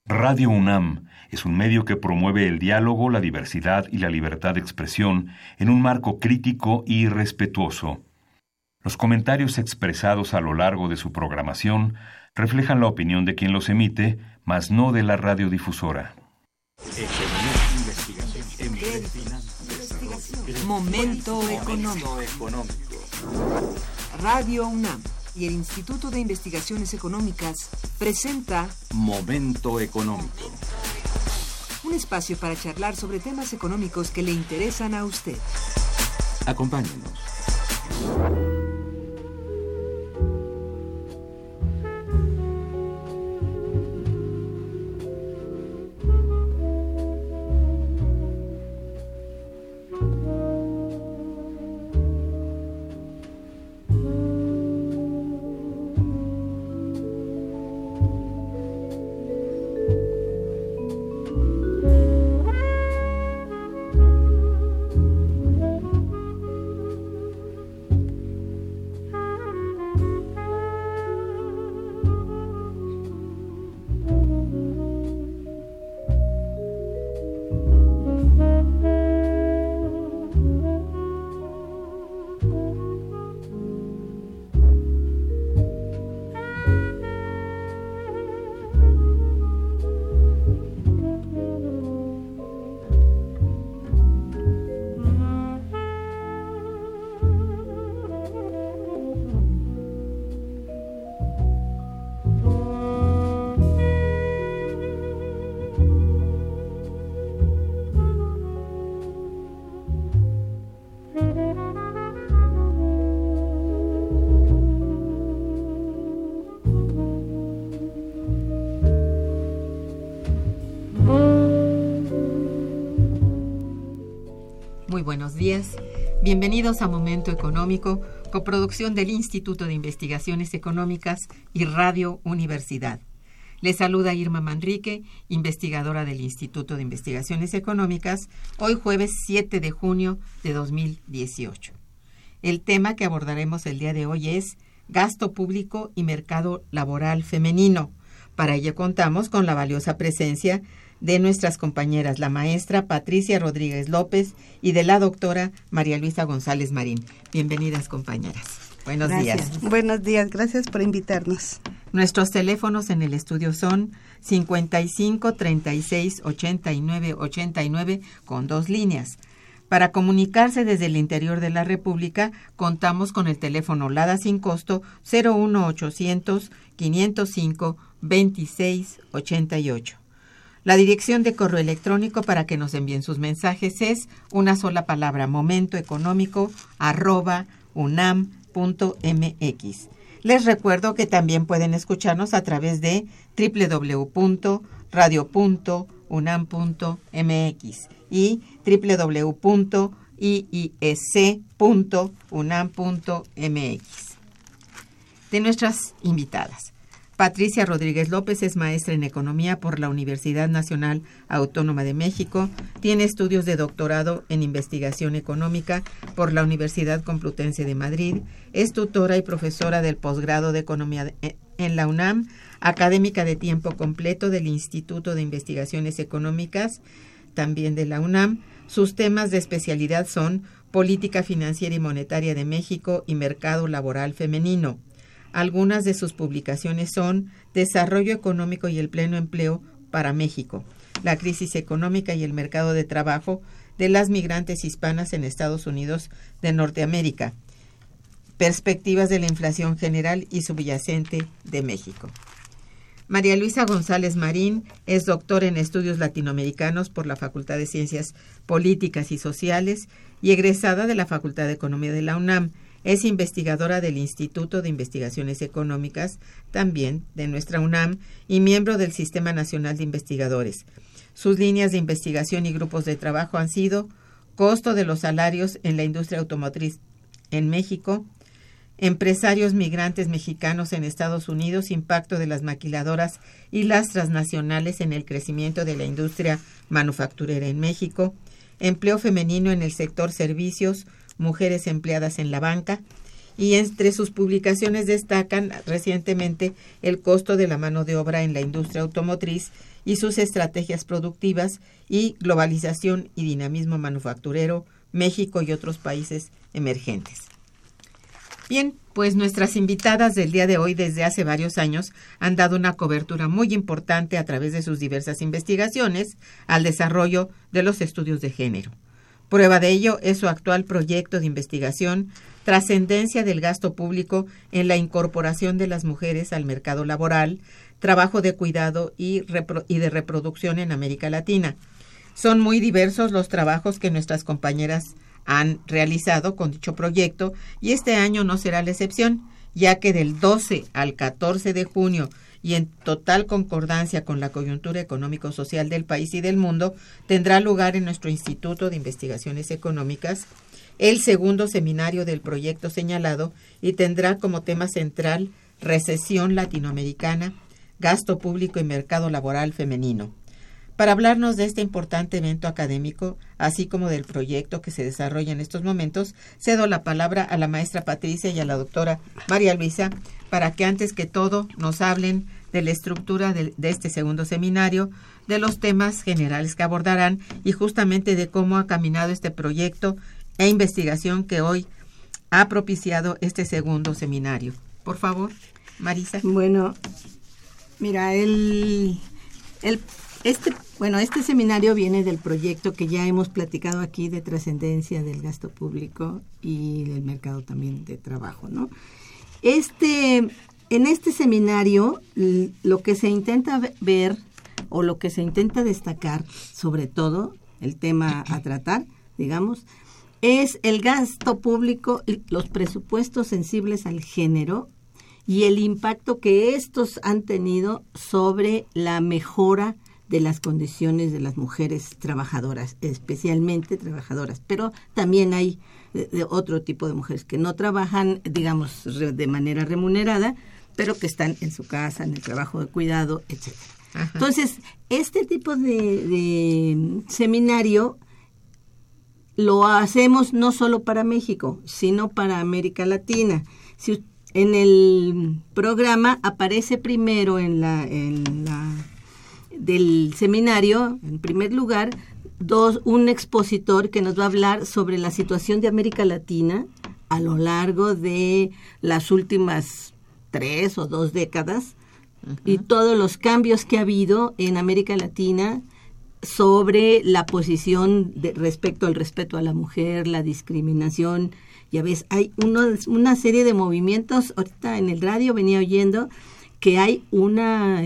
Radio UNAM es un medio que promueve el diálogo, la diversidad y la libertad de expresión en un marco crítico y respetuoso. Los comentarios expresados a lo largo de su programación reflejan la opinión de quien los emite, mas no de la radiodifusora. Momento económico. Radio UNAM y el Instituto de Investigaciones Económicas presenta Momento económico. Un espacio para charlar sobre temas económicos que le interesan a usted. Acompáñenos. Muy buenos días. Bienvenidos a Momento Económico, coproducción del Instituto de Investigaciones Económicas y Radio Universidad. Les saluda Irma Manrique, investigadora del Instituto de Investigaciones Económicas, hoy jueves 7 de junio de 2018. El tema que abordaremos el día de hoy es gasto público y mercado laboral femenino. Para ello contamos con la valiosa presencia de nuestras compañeras, la maestra Patricia Rodríguez López y de la doctora María Luisa González Marín. Bienvenidas, compañeras. Buenos días. Buenos días, gracias por invitarnos. Nuestros teléfonos en el estudio son 55 36 89 89 con 2 líneas. Para comunicarse desde el interior de la República, contamos con el teléfono LADA sin costo 01800 505 26 88. La dirección de correo electrónico para que nos envíen sus mensajes es una sola palabra, momentoeconómico@unam.mx. Les recuerdo que también pueden escucharnos a través de www.radio.unam.mx y www.iis.unam.mx. De nuestras invitadas, Patricia Rodríguez López es maestra en Economía por la Universidad Nacional Autónoma de México, tiene estudios de doctorado en Investigación Económica por la Universidad Complutense de Madrid, es tutora y profesora del posgrado de Economía en la UNAM, académica de tiempo completo del Instituto de Investigaciones Económicas, también de la UNAM. Sus temas de especialidad son Política Financiera y Monetaria de México y Mercado Laboral Femenino. Algunas de sus publicaciones son Desarrollo Económico y el Pleno Empleo para México, la crisis económica y el mercado de trabajo de las migrantes hispanas en Estados Unidos de Norteamérica, perspectivas de la inflación general y subyacente de México. María Luisa González Marín es doctora en Estudios Latinoamericanos por la Facultad de Ciencias Políticas y Sociales y egresada de la Facultad de Economía de la UNAM. Es investigadora del Instituto de Investigaciones Económicas, también de nuestra UNAM, y miembro del Sistema Nacional de Investigadores. Sus líneas de investigación y grupos de trabajo han sido costo de los salarios en la industria automotriz en México, empresarios migrantes mexicanos en Estados Unidos, impacto de las maquiladoras y las transnacionales en el crecimiento de la industria manufacturera en México, empleo femenino en el sector servicios, mujeres empleadas en la banca, y entre sus publicaciones destacan recientemente El costo de la mano de obra en la industria automotriz y sus estrategias productivas y globalización y dinamismo manufacturero, México y otros países emergentes. Bien, pues nuestras invitadas del día de hoy desde hace varios años han dado una cobertura muy importante a través de sus diversas investigaciones al desarrollo de los estudios de género. Prueba de ello es su actual proyecto de investigación, Trascendencia del gasto público en la incorporación de las mujeres al mercado laboral, trabajo de cuidado y de reproducción en América Latina. Son muy diversos los trabajos que nuestras compañeras han realizado con dicho proyecto y este año no será la excepción, ya que del 12 al 14 de junio y en total concordancia con la coyuntura económico-social del país y del mundo, tendrá lugar en nuestro Instituto de Investigaciones Económicas el segundo seminario del proyecto señalado y tendrá como tema central recesión latinoamericana, gasto público y mercado laboral femenino. Para hablarnos de este importante evento académico, así como del proyecto que se desarrolla en estos momentos, cedo la palabra a la maestra Patricia y a la doctora María Luisa para que antes que todo nos hablen de la estructura de este segundo seminario, de los temas generales que abordarán y justamente de cómo ha caminado este proyecto e investigación que hoy ha propiciado este segundo seminario. Por favor, Marisa. Bueno, mira, este seminario viene del proyecto que ya hemos platicado aquí de trascendencia del gasto público y del mercado también de trabajo, ¿no? En este seminario lo que se intenta ver o lo que se intenta destacar, sobre todo el tema a tratar, digamos, es el gasto público, los presupuestos sensibles al género y el impacto que estos han tenido sobre la mejora de las condiciones de las mujeres trabajadoras, especialmente trabajadoras, pero también hay de otro tipo de mujeres que no trabajan, digamos, de manera remunerada, pero que están en su casa, en el trabajo de cuidado, etc. Ajá. Entonces, este tipo de seminario lo hacemos no solo para México, sino para América Latina. Si en el programa aparece primero del seminario, en primer lugar, un expositor que nos va a hablar sobre la situación de América Latina a lo largo de las últimas 3 o 2 décadas. Uh-huh. Y todos los cambios que ha habido en América Latina sobre la posición respecto al respeto a la mujer, la discriminación. Ya ves, hay una serie de movimientos. Ahorita en el radio venía oyendo que hay una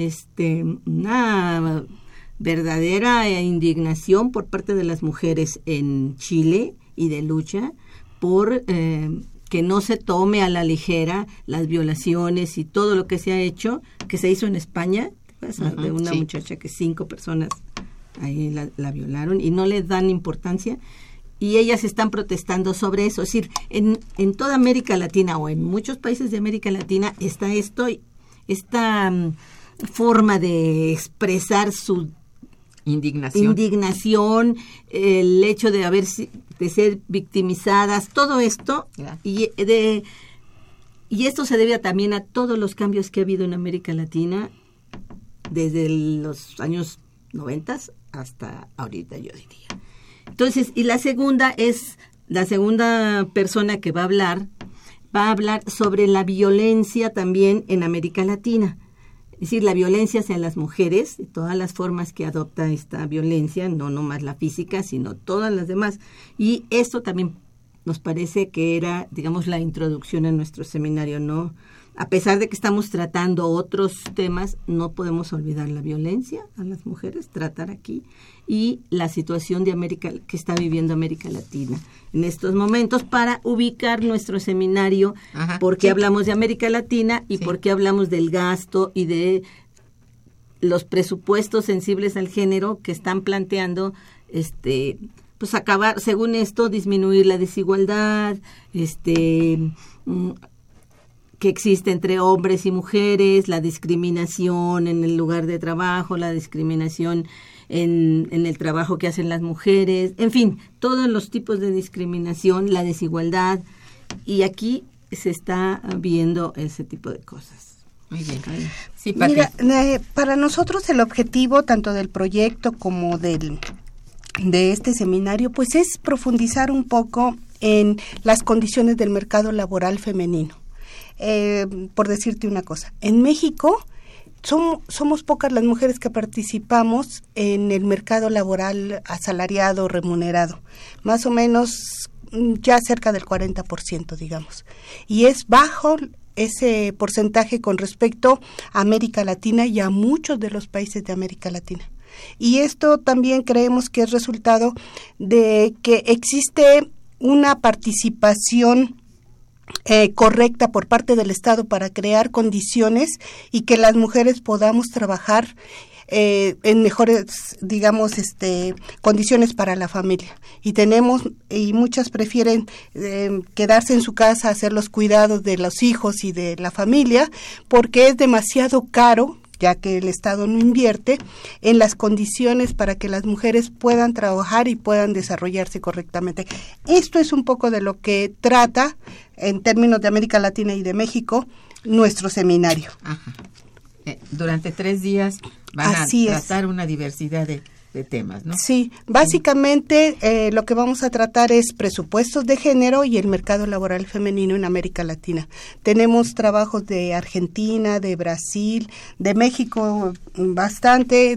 verdadera indignación por parte de las mujeres en Chile y de lucha por que no se tome a la ligera las violaciones y todo lo que se ha hecho, que se hizo en España, de una muchacha que 5 personas ahí la violaron y no le dan importancia. Y ellas están protestando sobre eso. Es decir, en toda América Latina o en muchos países de América Latina está esta forma de expresar su indignación, el hecho de ser victimizadas, todo esto, yeah. Y esto se debe también a todos los cambios que ha habido en América Latina desde los años 90 hasta ahorita, yo diría. Entonces, y la segunda persona que va a hablar sobre la violencia también en América Latina. Es decir, la violencia hacia las mujeres, y todas las formas que adopta esta violencia, no nomás la física, sino todas las demás. Y esto también nos parece que era, digamos, la introducción a nuestro seminario, ¿no? A pesar de que estamos tratando otros temas, no podemos olvidar la violencia a las mujeres, tratar aquí, y la situación que está viviendo América Latina en estos momentos para ubicar nuestro seminario, por qué hablamos de América Latina y por qué hablamos del gasto y de los presupuestos sensibles al género que están planteando, pues acabar, según esto, disminuir la desigualdad, que existe entre hombres y mujeres, la discriminación en el lugar de trabajo, la discriminación en el trabajo que hacen las mujeres, en fin, todos los tipos de discriminación, la desigualdad. Y aquí se está viendo ese tipo de cosas. Muy bien. Sí, Pati. Mira, para nosotros el objetivo tanto del proyecto como de este seminario, pues es profundizar un poco en las condiciones del mercado laboral femenino. Por decirte una cosa, en México somos pocas las mujeres que participamos en el mercado laboral asalariado, remunerado, más o menos ya cerca del 40%, digamos, y es bajo ese porcentaje con respecto a América Latina y a muchos de los países de América Latina. Y esto también creemos que es resultado de que existe una participación correcta por parte del Estado para crear condiciones y que las mujeres podamos trabajar en mejores, digamos, condiciones para la familia. Y muchas prefieren quedarse en su casa, hacer los cuidados de los hijos y de la familia, porque es demasiado caro, ya que el Estado no invierte en las condiciones para que las mujeres puedan trabajar y puedan desarrollarse correctamente. Esto es un poco de lo que trata, en términos de América Latina y de México, nuestro seminario. Ajá. Durante 3 días van Así a tratar una diversidad de temas, ¿no? Sí, básicamente lo que vamos a tratar es presupuestos de género y el mercado laboral femenino en América Latina. Tenemos trabajos de Argentina, de Brasil, de México, bastantes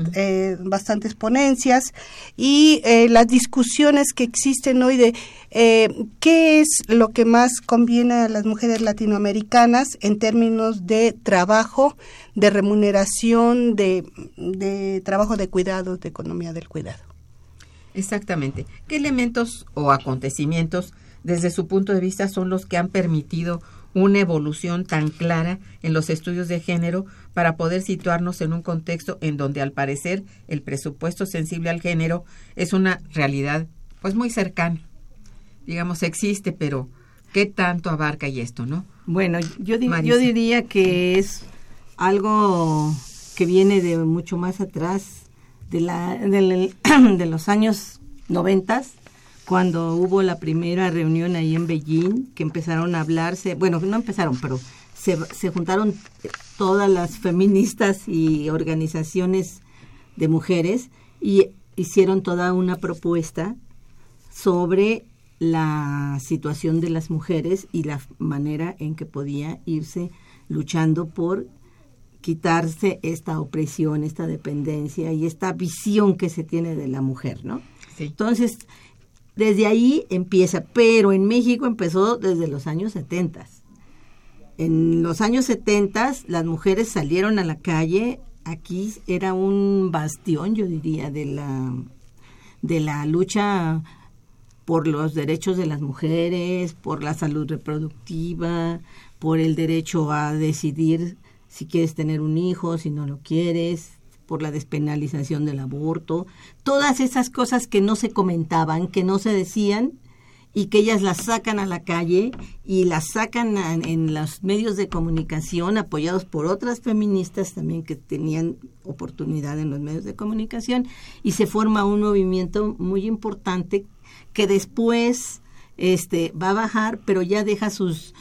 ponencias, y las discusiones que existen hoy de qué es lo que más conviene a las mujeres latinoamericanas en términos de trabajo, de remuneración, de trabajo de cuidados, de economía del cuidado. Exactamente. ¿Qué elementos o acontecimientos, desde su punto de vista, son los que han permitido una evolución tan clara en los estudios de género para poder situarnos en un contexto en donde, al parecer, el presupuesto sensible al género es una realidad pues muy cercana? Digamos, existe, pero ¿qué tanto abarca y esto, no? Bueno, yo diría que es algo que viene de mucho más atrás, de los años 90, cuando hubo la primera reunión ahí en Beijing, que empezaron a hablarse, bueno, no empezaron, pero se juntaron todas las feministas y organizaciones de mujeres y hicieron toda una propuesta sobre la situación de las mujeres y la manera en que podía irse luchando por quitarse esta opresión, esta dependencia y esta visión que se tiene de la mujer, ¿no? Sí. Entonces, desde ahí empieza, pero en México empezó desde los años 70. En los años 70 las mujeres salieron a la calle. Aquí era un bastión, yo diría, de la lucha por los derechos de las mujeres, por la salud reproductiva, por el derecho a decidir si quieres tener un hijo, si no lo quieres, por la despenalización del aborto, todas esas cosas que no se comentaban, que no se decían, y que ellas las sacan a la calle y las sacan en los medios de comunicación, apoyados por otras feministas también que tenían oportunidad en los medios de comunicación, y se forma un movimiento muy importante que después va a bajar, pero ya deja sus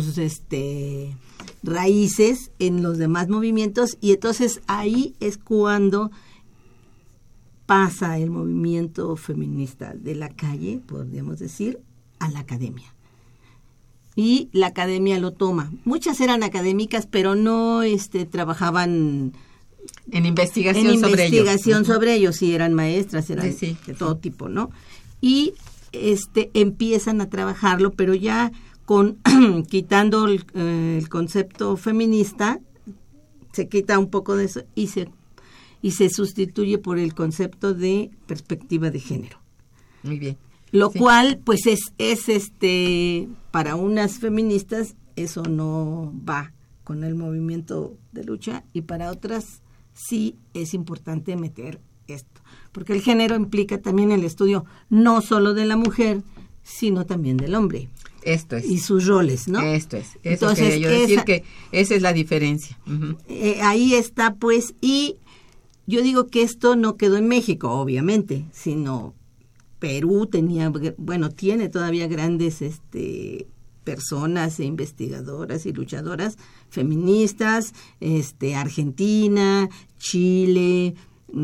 raíces en los demás movimientos, y entonces ahí es cuando pasa el movimiento feminista de la calle, podríamos decir, a la academia. Y la academia lo toma. Muchas eran académicas, pero no trabajaban en investigación sobre ellos. Sí, eran maestras, eran de todo tipo, ¿no? Y empiezan a trabajarlo, pero ya quitando el concepto feminista, se quita un poco de eso y se sustituye por el concepto de perspectiva de género. Muy bien. Lo cual, pues, es para unas feministas eso no va con el movimiento de lucha, y para otras sí es importante meter esto, porque el género implica también el estudio no solo de la mujer, sino también del hombre. Esto es. Y sus roles, ¿no? Esto es. Entonces, quería yo decir que esa es la diferencia. Uh-huh. Ahí está, pues, y yo digo que esto no quedó en México, obviamente, sino Perú tiene todavía grandes personas e investigadoras y luchadoras feministas, Argentina, Chile,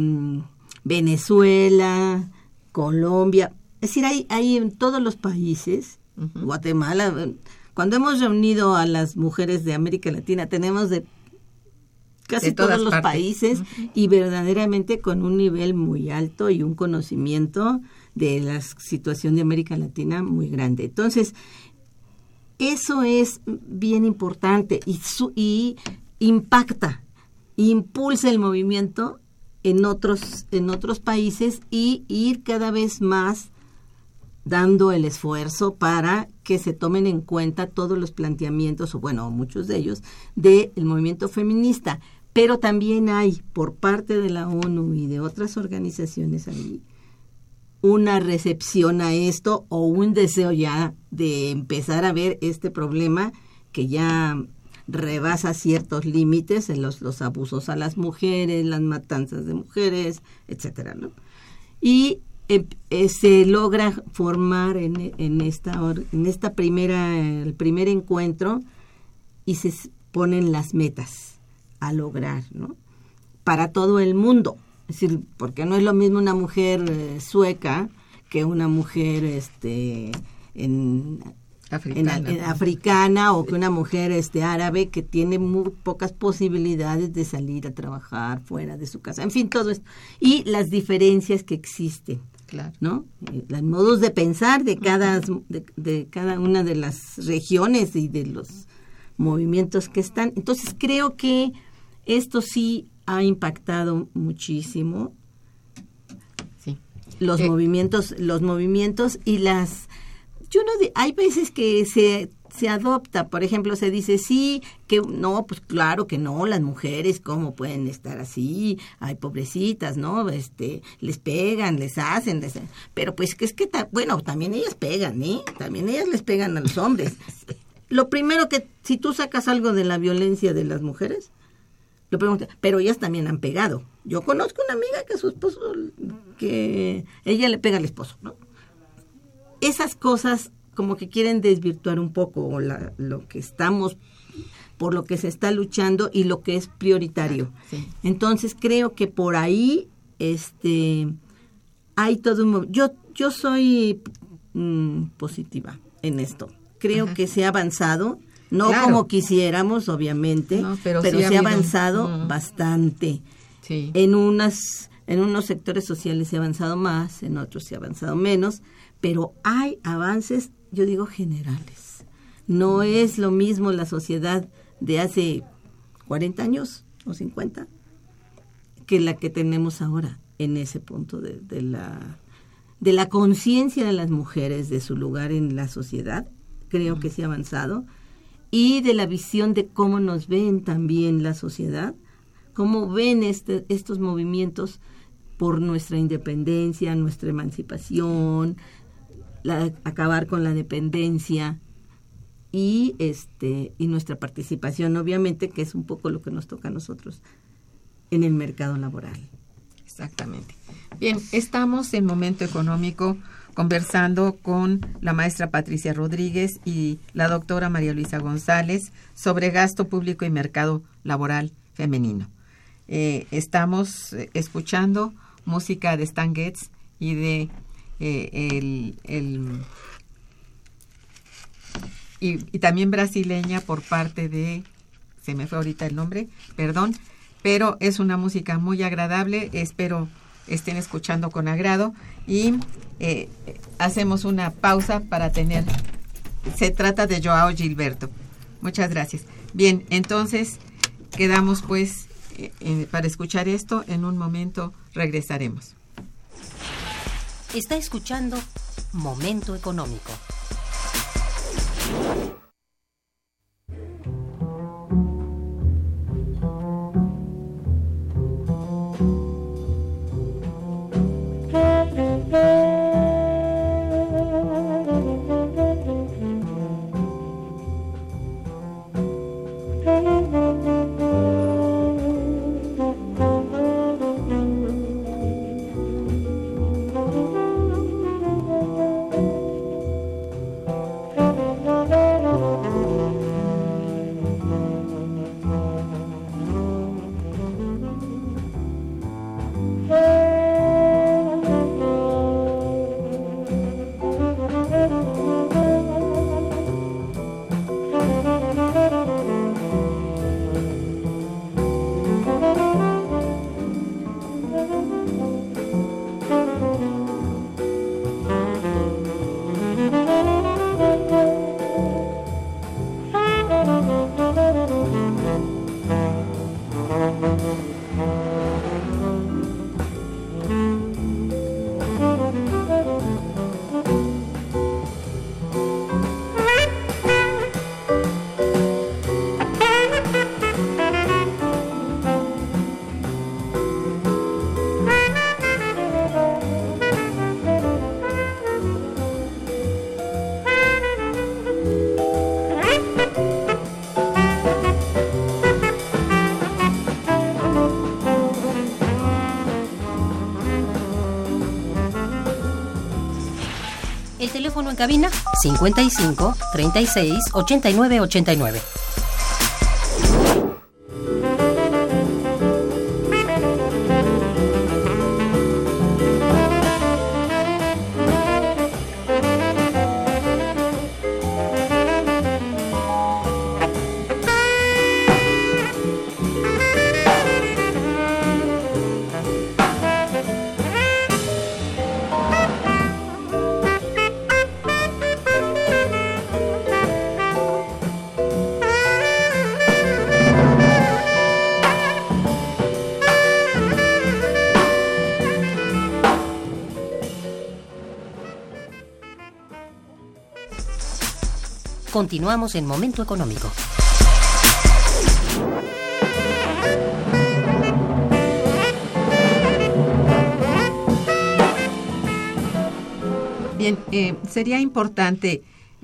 Venezuela, Colombia, es decir, hay en todos los países, Guatemala. Cuando hemos reunido a las mujeres de América Latina, tenemos de casi todos los países y verdaderamente con un nivel muy alto y un conocimiento de la situación de América Latina muy grande. Entonces, eso es bien importante y impacta, impulsa el movimiento en otros países y ir cada vez más dando el esfuerzo para que se tomen en cuenta todos los planteamientos, o bueno, muchos de ellos, del movimiento feminista. Pero también hay, por parte de la ONU y de otras organizaciones ahí, una recepción a esto o un deseo ya de empezar a ver este problema que ya rebasa ciertos límites en los abusos a las mujeres, las matanzas de mujeres, etcétera, ¿no? Y se logra formar en esta el primer encuentro y se ponen las metas a lograr, ¿no? Para todo el mundo. Es decir, porque no es lo mismo una mujer sueca que una mujer africana o que una mujer árabe que tiene muy pocas posibilidades de salir a trabajar fuera de su casa. En fin, todo esto. Y las diferencias que existen, claro, ¿no? Los modos de pensar de cada una de las regiones y de los movimientos que están. Entonces, creo que esto sí ha impactado muchísimo los movimientos y las... hay veces que se adopta, por ejemplo, se dice sí, que no, pues claro que no, las mujeres cómo pueden estar así, ay, pobrecitas, ¿no? Les pegan, les hacen, pero pues que es que, bueno, también ellas pegan, ¿eh? También ellas les pegan a los hombres. Lo primero que, si tú sacas algo de la violencia de las mujeres, lo pregunto, pero ellas también han pegado. Yo conozco una amiga que su esposo, que ella le pega al esposo, ¿no? Esas cosas como que quieren desvirtuar un poco lo que estamos, por lo que se está luchando y lo que es prioritario. Sí. Entonces creo que por ahí hay todo un... Yo soy positiva en esto. Creo que se ha avanzado. No claro, como quisiéramos, obviamente, no, pero sí se ha avanzado bastante. Sí. En unos sectores sociales se ha avanzado más, en otros se ha avanzado menos, pero hay avances, yo digo, generales. No es lo mismo la sociedad de hace 40 años o 50 que la que tenemos ahora en ese punto de la conciencia de las mujeres, de su lugar en la sociedad. Creo que se ha avanzado. Y de la visión de cómo nos ven también la sociedad, cómo ven estos movimientos por nuestra independencia, nuestra emancipación, acabar con la dependencia y nuestra participación, obviamente, que es un poco lo que nos toca a nosotros en el mercado laboral. Exactamente. Bien, estamos en Momento Económico conversando con la maestra Patricia Rodríguez y la doctora María Luisa González sobre gasto público y mercado laboral femenino. Estamos escuchando música de Stan Getz y de y también brasileña por parte de, se me fue ahorita el nombre, perdón, pero es una música muy agradable, espero estén escuchando con agrado y hacemos una pausa para tener, se trata de Joao Gilberto. Muchas gracias. Bien, entonces quedamos pues para escuchar esto, en un momento regresaremos. Está escuchando Momento Económico. El teléfono en cabina 55 36 89 89. Continuamos en Momento Económico. Bien, sería importante,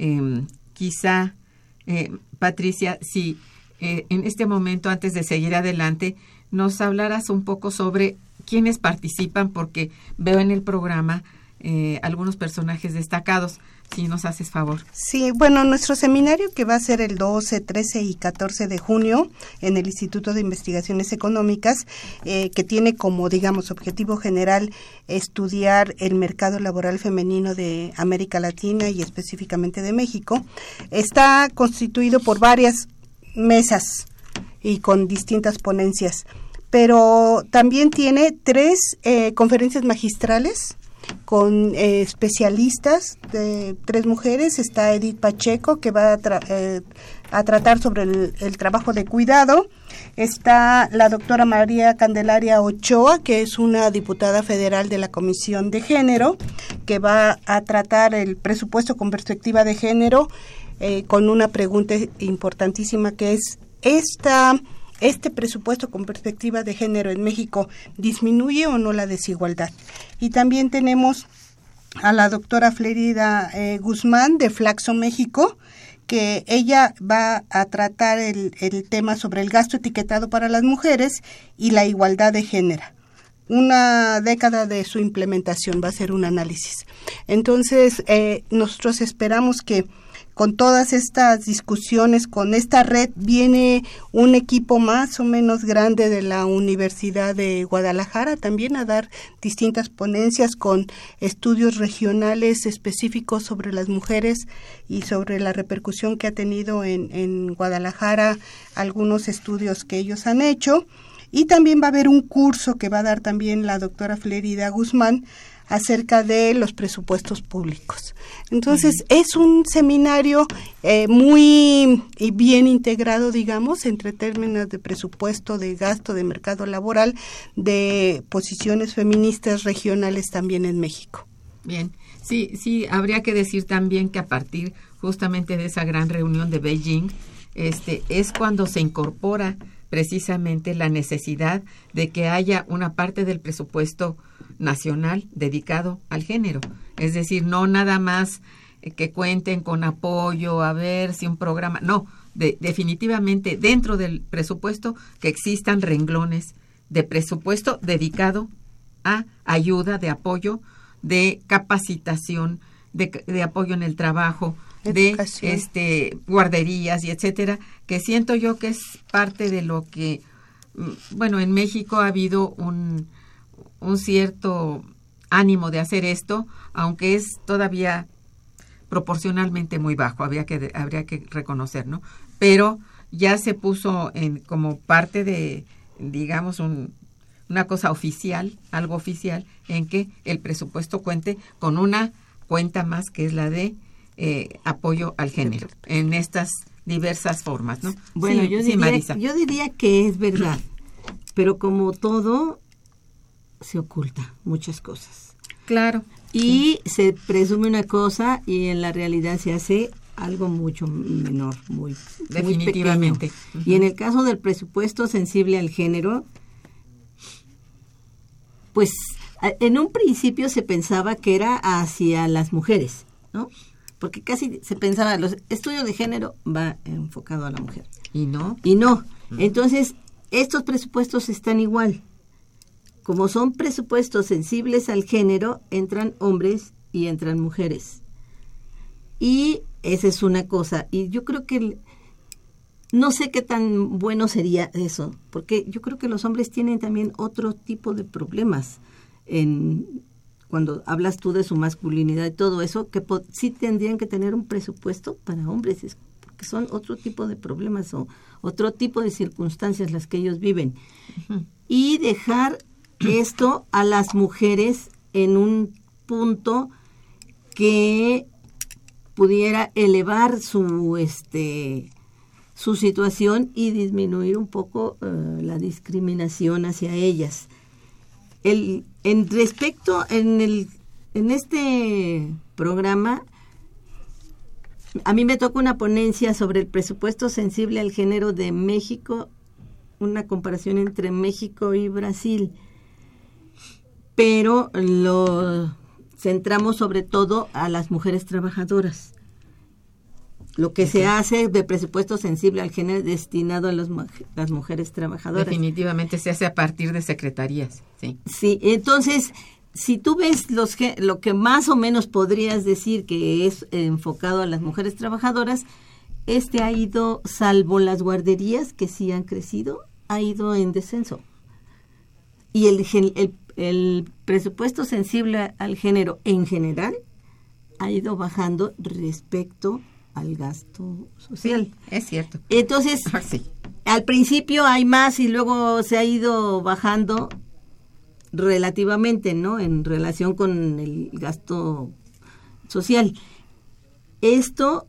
quizá, Patricia, si en este momento, antes de seguir adelante, nos hablaras un poco sobre quiénes participan, porque veo en el programa algunos personajes destacados, si nos haces favor. Sí, bueno, nuestro seminario, que va a ser el 12, 13 y 14 de junio en el Instituto de Investigaciones Económicas, que tiene como, digamos, objetivo general estudiar el mercado laboral femenino de América Latina y específicamente de México, está constituido por varias mesas y con distintas ponencias, pero también tiene 3 conferencias magistrales con especialistas, 3 mujeres. Está Edith Pacheco, que va a tratar sobre el trabajo de cuidado. Está la doctora María Candelaria Ochoa, que es una diputada federal de la Comisión de Género, que va a tratar el presupuesto con perspectiva de género, con una pregunta importantísima, que es ¿este presupuesto con perspectiva de género en México disminuye o no la desigualdad? Y también tenemos a la doctora Flérida Guzmán de Flaxo México, que ella va a tratar el tema sobre el gasto etiquetado para las mujeres y la igualdad de género. Una década de su implementación va a ser un análisis. Entonces, nosotros esperamos que con todas estas discusiones, con esta red, viene un equipo más o menos grande de la Universidad de Guadalajara también a dar distintas ponencias con estudios regionales específicos sobre las mujeres y sobre la repercusión que ha tenido en Guadalajara algunos estudios que ellos han hecho. Y también va a haber un curso que va a dar también la doctora Flérida Guzmán acerca de los presupuestos públicos. Entonces, es un seminario muy bien integrado, digamos, entre términos de presupuesto, de gasto, de mercado laboral, de posiciones feministas regionales también en México. Bien, sí, habría que decir también que a partir justamente de esa gran reunión de Beijing, es cuando se incorpora precisamente la necesidad de que haya una parte del presupuesto nacional dedicado al género. Es decir, no nada más que cuenten con apoyo, a ver si un programa, no, definitivamente dentro del presupuesto que existan renglones de presupuesto dedicado a ayuda, de apoyo, de capacitación, de apoyo en el trabajo, educación, de guarderías y etcétera, que siento yo que es parte de lo que, bueno, en México ha habido un cierto ánimo de hacer esto, aunque es todavía proporcionalmente muy bajo, habría que reconocer, ¿no? Pero ya se puso como parte de, digamos, una cosa oficial, algo oficial, en que el presupuesto cuente con una cuenta más, que es la de apoyo al género, en estas diversas formas, ¿no? Bueno, sí, yo diría que es verdad, pero como todo, se oculta muchas cosas. Claro. Y se presume una cosa y en la realidad se hace algo mucho menor, muy definitivamente. Muy pequeño. Y en el caso del presupuesto sensible al género, pues en un principio se pensaba que era hacia las mujeres, ¿no? Porque casi se pensaba, los estudios de género va enfocado a la mujer. ¿Y no? Y no. Entonces, estos presupuestos están igual. Como son presupuestos sensibles al género, entran hombres y entran mujeres. Y esa es una cosa. Y yo creo que no sé qué tan bueno sería eso, porque yo creo que los hombres tienen también otro tipo de problemas. Cuando hablas tú de su masculinidad y todo eso, que sí tendrían que tener un presupuesto para hombres, porque son otro tipo de problemas o otro tipo de circunstancias las que ellos viven. Uh-huh. Y dejar esto a las mujeres en un punto que pudiera elevar su situación y disminuir un poco la discriminación hacia ellas. En este programa, a mí me toca una ponencia sobre el presupuesto sensible al género de México, una comparación entre México y Brasil, pero lo centramos sobre todo a las mujeres trabajadoras. Lo que se hace de presupuesto sensible al género destinado a las mujeres trabajadoras. Definitivamente se hace a partir de secretarías, sí. Sí, entonces, si tú ves lo que más o menos podrías decir que es enfocado a las mujeres trabajadoras, ha ido, salvo las guarderías que sí han crecido, ha ido en descenso. Y el presupuesto sensible al género en general ha ido bajando respecto al gasto social. Sí, es cierto. Entonces, sí. Al principio hay más y luego se ha ido bajando relativamente, ¿no? En relación con el gasto social. Esto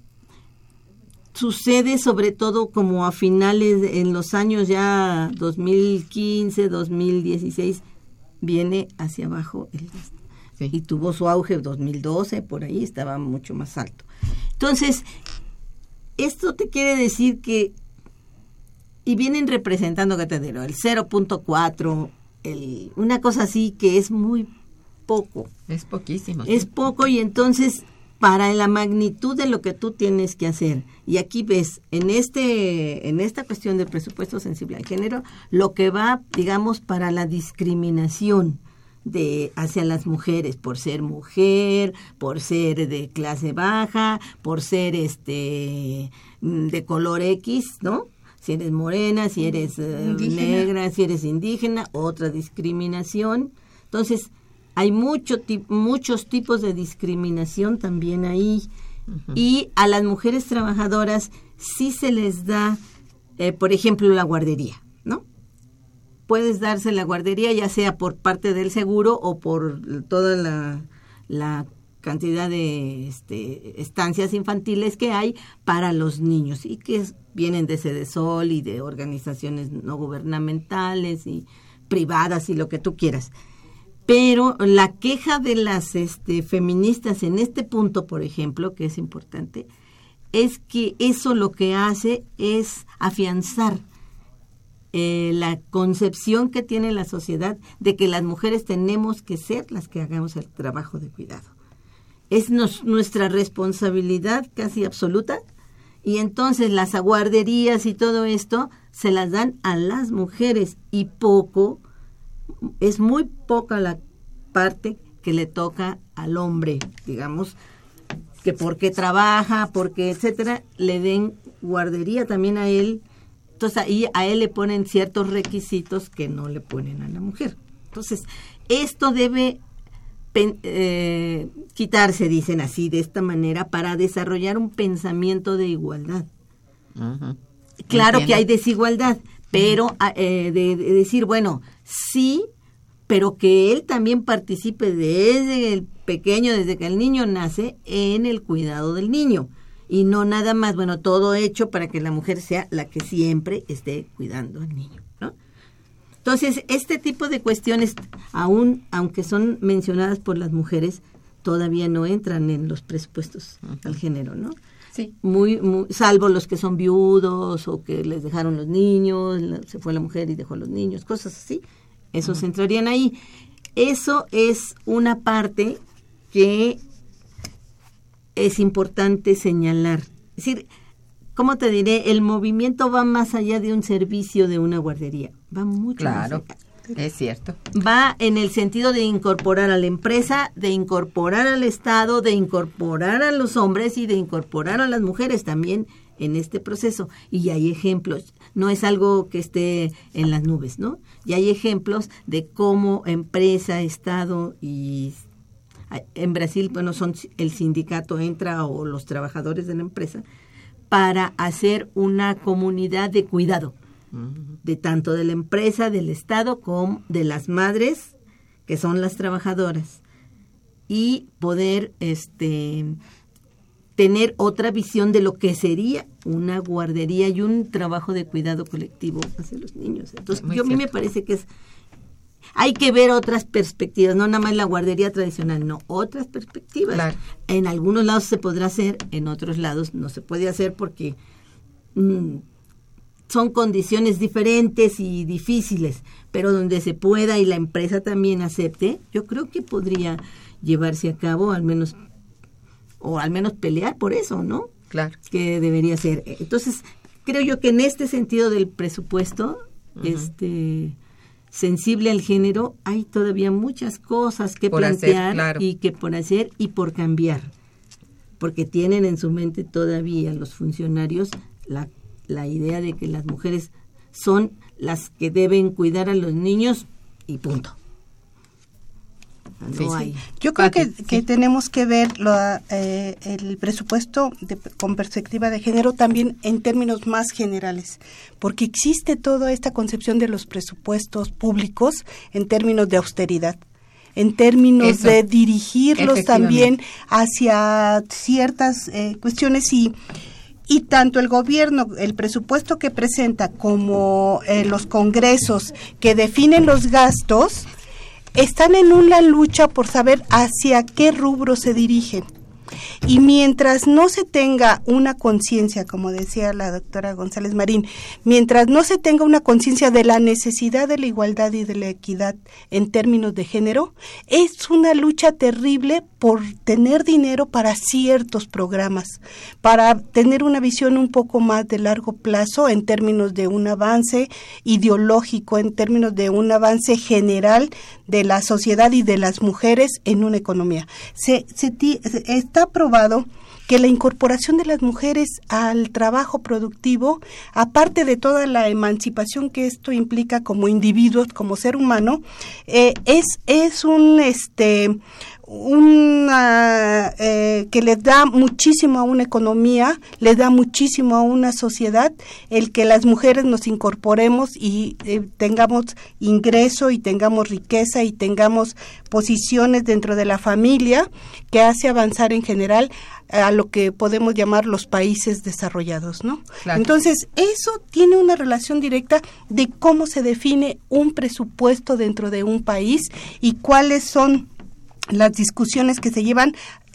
sucede sobre todo como a finales, en los años ya 2015, 2016, viene hacia abajo el gasto. Sí. Y tuvo su auge en 2012, por ahí estaba mucho más alto. Entonces, esto te quiere decir que, y vienen representando, ¿qué te digo? El 0.4, una cosa así que es muy poco. Es poquísimo. Es sí. Poco, y entonces, para la magnitud de lo que tú tienes que hacer, y aquí ves, en esta cuestión del presupuesto sensible al género, lo que va, digamos, para la discriminación hacia las mujeres, por ser mujer, por ser de clase baja, por ser de color X, ¿no? Si eres morena, si eres negra, si eres indígena, otra discriminación. Entonces, hay muchos tipos de discriminación también ahí. Uh-huh. Y a las mujeres trabajadoras sí se les da, por ejemplo, la guardería, ¿no? Puedes darse la guardería ya sea por parte del seguro o por toda la cantidad de estancias infantiles que hay para los niños y que vienen de Sedesol y de organizaciones no gubernamentales y privadas y lo que tú quieras. Pero la queja de las feministas en este punto, por ejemplo, que es importante, es que eso lo que hace es afianzar la concepción que tiene la sociedad de que las mujeres tenemos que ser las que hagamos el trabajo de cuidado. Es nuestra responsabilidad casi absoluta, y entonces las guarderías y todo esto se las dan a las mujeres y es muy poca la parte que le toca al hombre, digamos, que porque trabaja, porque etcétera, le den guardería también a él. Entonces ahí a él le ponen ciertos requisitos que no le ponen a la mujer. Entonces, esto debe quitarse, dicen así, de esta manera, para desarrollar un pensamiento de igualdad. Uh-huh. Claro. Entiendo. Que hay desigualdad, pero de decir, bueno, sí, pero que él también participe desde el pequeño, desde que el niño nace, en el cuidado del niño. Y no nada más, bueno, todo hecho para que la mujer sea la que siempre esté cuidando al niño, ¿no? Entonces, este tipo de cuestiones, aunque son mencionadas por las mujeres, todavía no entran en los presupuestos al género, ¿no? Sí. Muy, salvo los que son viudos o que les dejaron los niños, se fue la mujer y dejó a los niños, cosas así. Esos entrarían ahí. Eso es una parte que es importante señalar. Es decir, ¿cómo te diré? El movimiento va más allá de un servicio de una guardería. Va mucho claro, más allá. Es cierto. Va en el sentido de incorporar a la empresa, de incorporar al Estado, de incorporar a los hombres y de incorporar a las mujeres también en este proceso. Y hay ejemplos, no es algo que esté en las nubes, ¿no? Y hay ejemplos de cómo empresa, Estado y en Brasil, bueno, son el sindicato entra o los trabajadores de la empresa para hacer una comunidad de cuidado, de tanto de la empresa, del Estado, como de las madres, que son las trabajadoras, y poder tener otra visión de lo que sería una guardería y un trabajo de cuidado colectivo hacia los niños. Entonces, a mí me parece que hay que ver otras perspectivas, no nada más la guardería tradicional, no, otras perspectivas. Claro. En algunos lados se podrá hacer, en otros lados no se puede hacer porque son condiciones diferentes y difíciles, pero donde se pueda y la empresa también acepte, yo creo que podría llevarse a cabo al menos pelear por eso, ¿no? Claro. Que debería ser. Entonces, creo yo que en este sentido del presupuesto, sensible al género, hay todavía muchas cosas que por plantear hacer, claro. Y que por hacer y por cambiar, porque tienen en su mente todavía los funcionarios la idea de que las mujeres son las que deben cuidar a los niños y punto. No hay. Yo creo que tenemos que ver el presupuesto con perspectiva de género también en términos más generales, porque existe toda esta concepción de los presupuestos públicos en términos de austeridad, en términos de dirigirlos también hacia ciertas cuestiones y tanto el gobierno, el presupuesto que presenta, como los congresos que definen los gastos, están en una lucha por saber hacia qué rubro se dirigen. Y mientras no se tenga una conciencia, como decía la doctora González Marín, mientras no se tenga una conciencia de la necesidad de la igualdad y de la equidad en términos de género, es una lucha terrible por tener dinero para ciertos programas, para tener una visión un poco más de largo plazo en términos de un avance ideológico, en términos de un avance general de la sociedad y de las mujeres en una economía. Está probado que la incorporación de las mujeres al trabajo productivo, aparte de toda la emancipación que esto implica como individuos, como ser humano, es que les da muchísimo a una economía, les da muchísimo a una sociedad el que las mujeres nos incorporemos y tengamos ingreso y tengamos riqueza y tengamos posiciones dentro de la familia que hace avanzar en general a lo que podemos llamar los países desarrollados, ¿no? Claro. Entonces, eso tiene una relación directa de cómo se define un presupuesto dentro de un país y cuáles son las discusiones que se llevan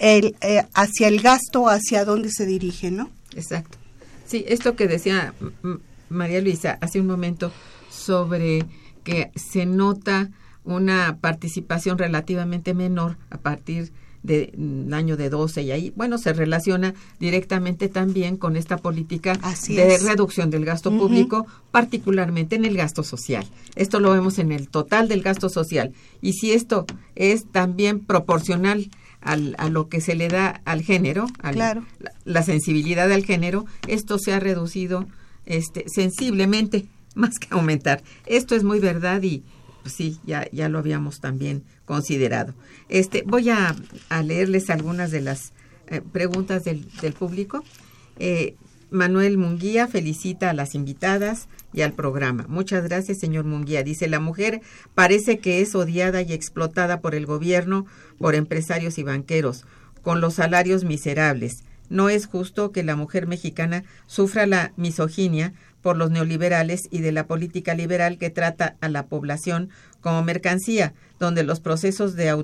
hacia el gasto, hacia dónde se dirige, ¿no? Exacto. Sí, esto que decía María Luisa hace un momento sobre que se nota una participación relativamente menor a partir del año de 12 y ahí, bueno, se relaciona directamente también con esta política reducción del gasto público, particularmente en el gasto social. Esto lo vemos en el total del gasto social. Y si esto es también proporcional a lo que se le da al género, la sensibilidad al género, esto se ha reducido sensiblemente, más que aumentar. Esto es muy verdad y pues sí, ya lo habíamos también considerado. Voy a leerles algunas de las preguntas del público. Manuel Munguía felicita a las invitadas y al programa. Muchas gracias, señor Munguía. Dice, la mujer parece que es odiada y explotada por el gobierno, por empresarios y banqueros, con los salarios miserables. No es justo que la mujer mexicana sufra la misoginia por los neoliberales y de la política liberal que trata a la población como mercancía, donde los procesos de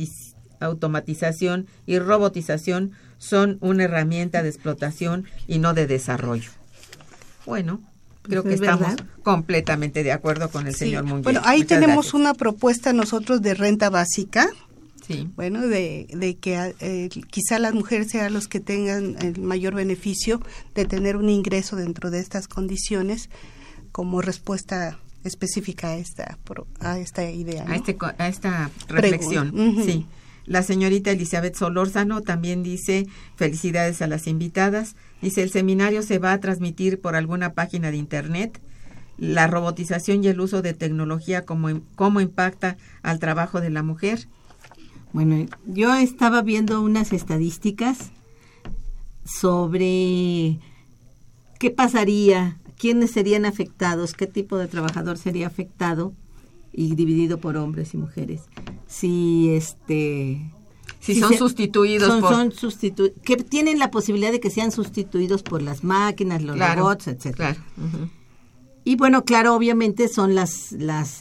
automatización y robotización son una herramienta de explotación y no de desarrollo. Bueno, creo que estamos completamente de acuerdo con el señor Munguía. Bueno, ahí tenemos una propuesta nosotros de renta básica. Sí. Bueno, de que quizá las mujeres sean los que tengan el mayor beneficio de tener un ingreso dentro de estas condiciones como respuesta específica a esta idea, ¿no? A esta reflexión. Sí. La señorita Elizabeth Solórzano también dice, felicidades a las invitadas. Dice, el seminario se va a transmitir por alguna página de internet. La robotización y el uso de tecnología, ¿cómo impacta al trabajo de la mujer? Bueno, yo estaba viendo unas estadísticas sobre qué pasaría, quiénes serían afectados, qué tipo de trabajador sería afectado, y dividido por hombres y mujeres. Si son sustituidos que tienen la posibilidad de que sean sustituidos por las máquinas, los robots, etcétera. Claro. Uh-huh. Y bueno, claro, obviamente son los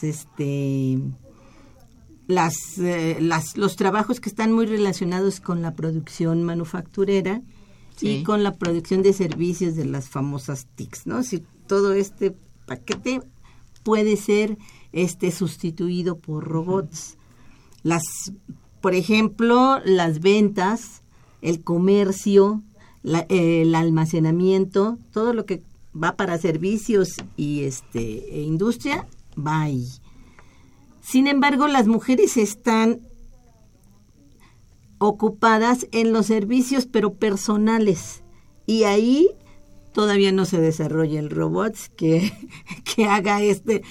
trabajos que están muy relacionados con la producción manufacturera, sí, y con la producción de servicios de las famosas TICs, ¿no? Si todo este paquete puede ser sustituido por robots. Por ejemplo, las ventas, el comercio, el almacenamiento, todo lo que va para servicios y e industria, va ahí. Sin embargo, las mujeres están ocupadas en los servicios, pero personales, y ahí todavía no se desarrolla el robot que haga de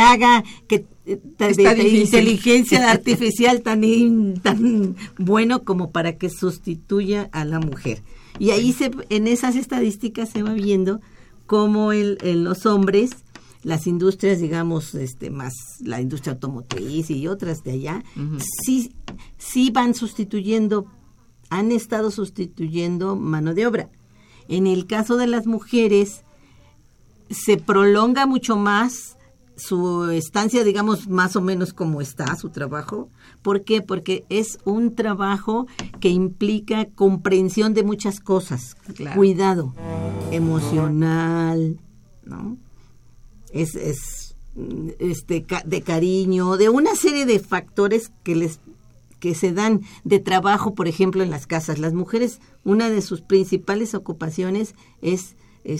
inteligencia artificial tan bueno como para que sustituya a la mujer. Y ahí en esas estadísticas se va viendo cómo en los hombres, las industrias, digamos, más la industria automotriz y otras de allá, uh-huh, sí han estado sustituyendo mano de obra. En el caso de las mujeres, se prolonga mucho más su estancia, digamos, más o menos como está su trabajo. ¿Por qué? Porque es un trabajo que implica comprensión de muchas cosas, claro, cuidado emocional, ¿no? Es de cariño, de una serie de factores que se dan de trabajo, por ejemplo, en las casas. Las mujeres, una de sus principales ocupaciones es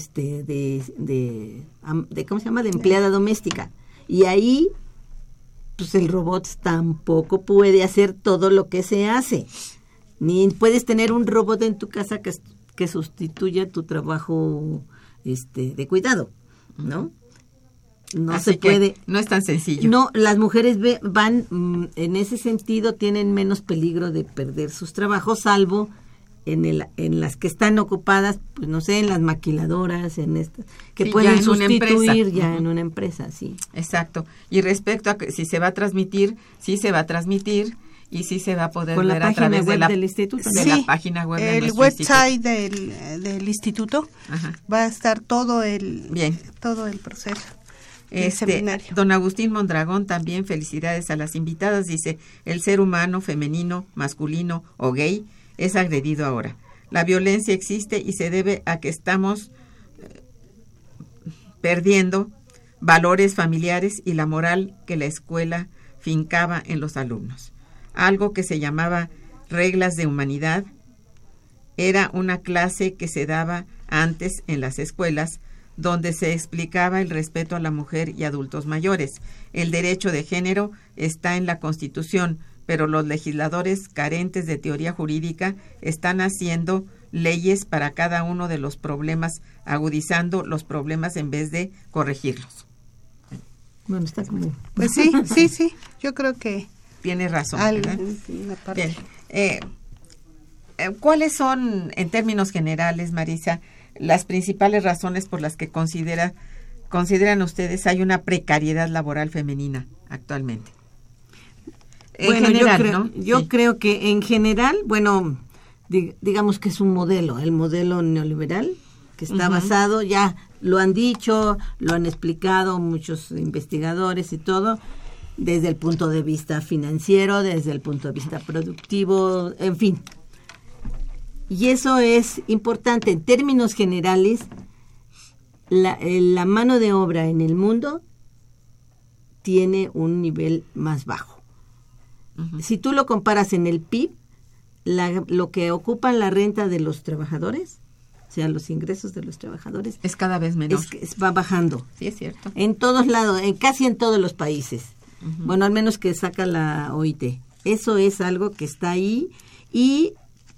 de ¿cómo se llama? De empleada doméstica. Y ahí, pues el robot tampoco puede hacer todo lo que se hace. Ni puedes tener un robot en tu casa que sustituya tu trabajo de cuidado, ¿no? No Así se puede. No es tan sencillo. No, las mujeres van, en ese sentido, tienen menos peligro de perder sus trabajos, salvo en las que están ocupadas, pues no sé, en las maquiladoras, en estas, que sí, pueden sustituir ya uh-huh, en una empresa, sí. Exacto. Y respecto a que si se va a transmitir, sí se va a transmitir y sí se va a poder con ver a través del instituto. De la página web del website del instituto. Ajá. Va a estar todo el proceso. Seminario. Don Agustín Mondragón, también felicidades a las invitadas. Dice, el ser humano femenino, masculino o gay es agredido ahora. La violencia existe y se debe a que estamos perdiendo valores familiares y la moral que la escuela fincaba en los alumnos. Algo que se llamaba reglas de humanidad era una clase que se daba antes en las escuelas, donde se explicaba el respeto a la mujer y adultos mayores. El derecho de género está en la Constitución, pero los legisladores carentes de teoría jurídica están haciendo leyes para cada uno de los problemas, agudizando los problemas en vez de corregirlos. Bueno, está como... Pues sí, yo creo que... Tiene razón, ¿verdad? Bien. ¿Cuáles son, en términos generales, Marisa, las principales razones por las que consideran ustedes hay una precariedad laboral femenina actualmente? En general, yo creo que en general, bueno, digamos que es un modelo, el modelo neoliberal, que está uh-huh, basado, ya lo han dicho, lo han explicado muchos investigadores y todo, desde el punto de vista financiero, desde el punto de vista productivo, en fin. Y eso es importante. En términos generales, la mano de obra en el mundo tiene un nivel más bajo. Uh-huh. Si tú lo comparas en el PIB, lo que ocupa la renta de los trabajadores o sea, los ingresos de los trabajadores es cada vez menor. Va bajando. Sí, es cierto. En todos lados, casi en todos los países. Uh-huh. Bueno, al menos que saca la OIT. Eso es algo que está ahí y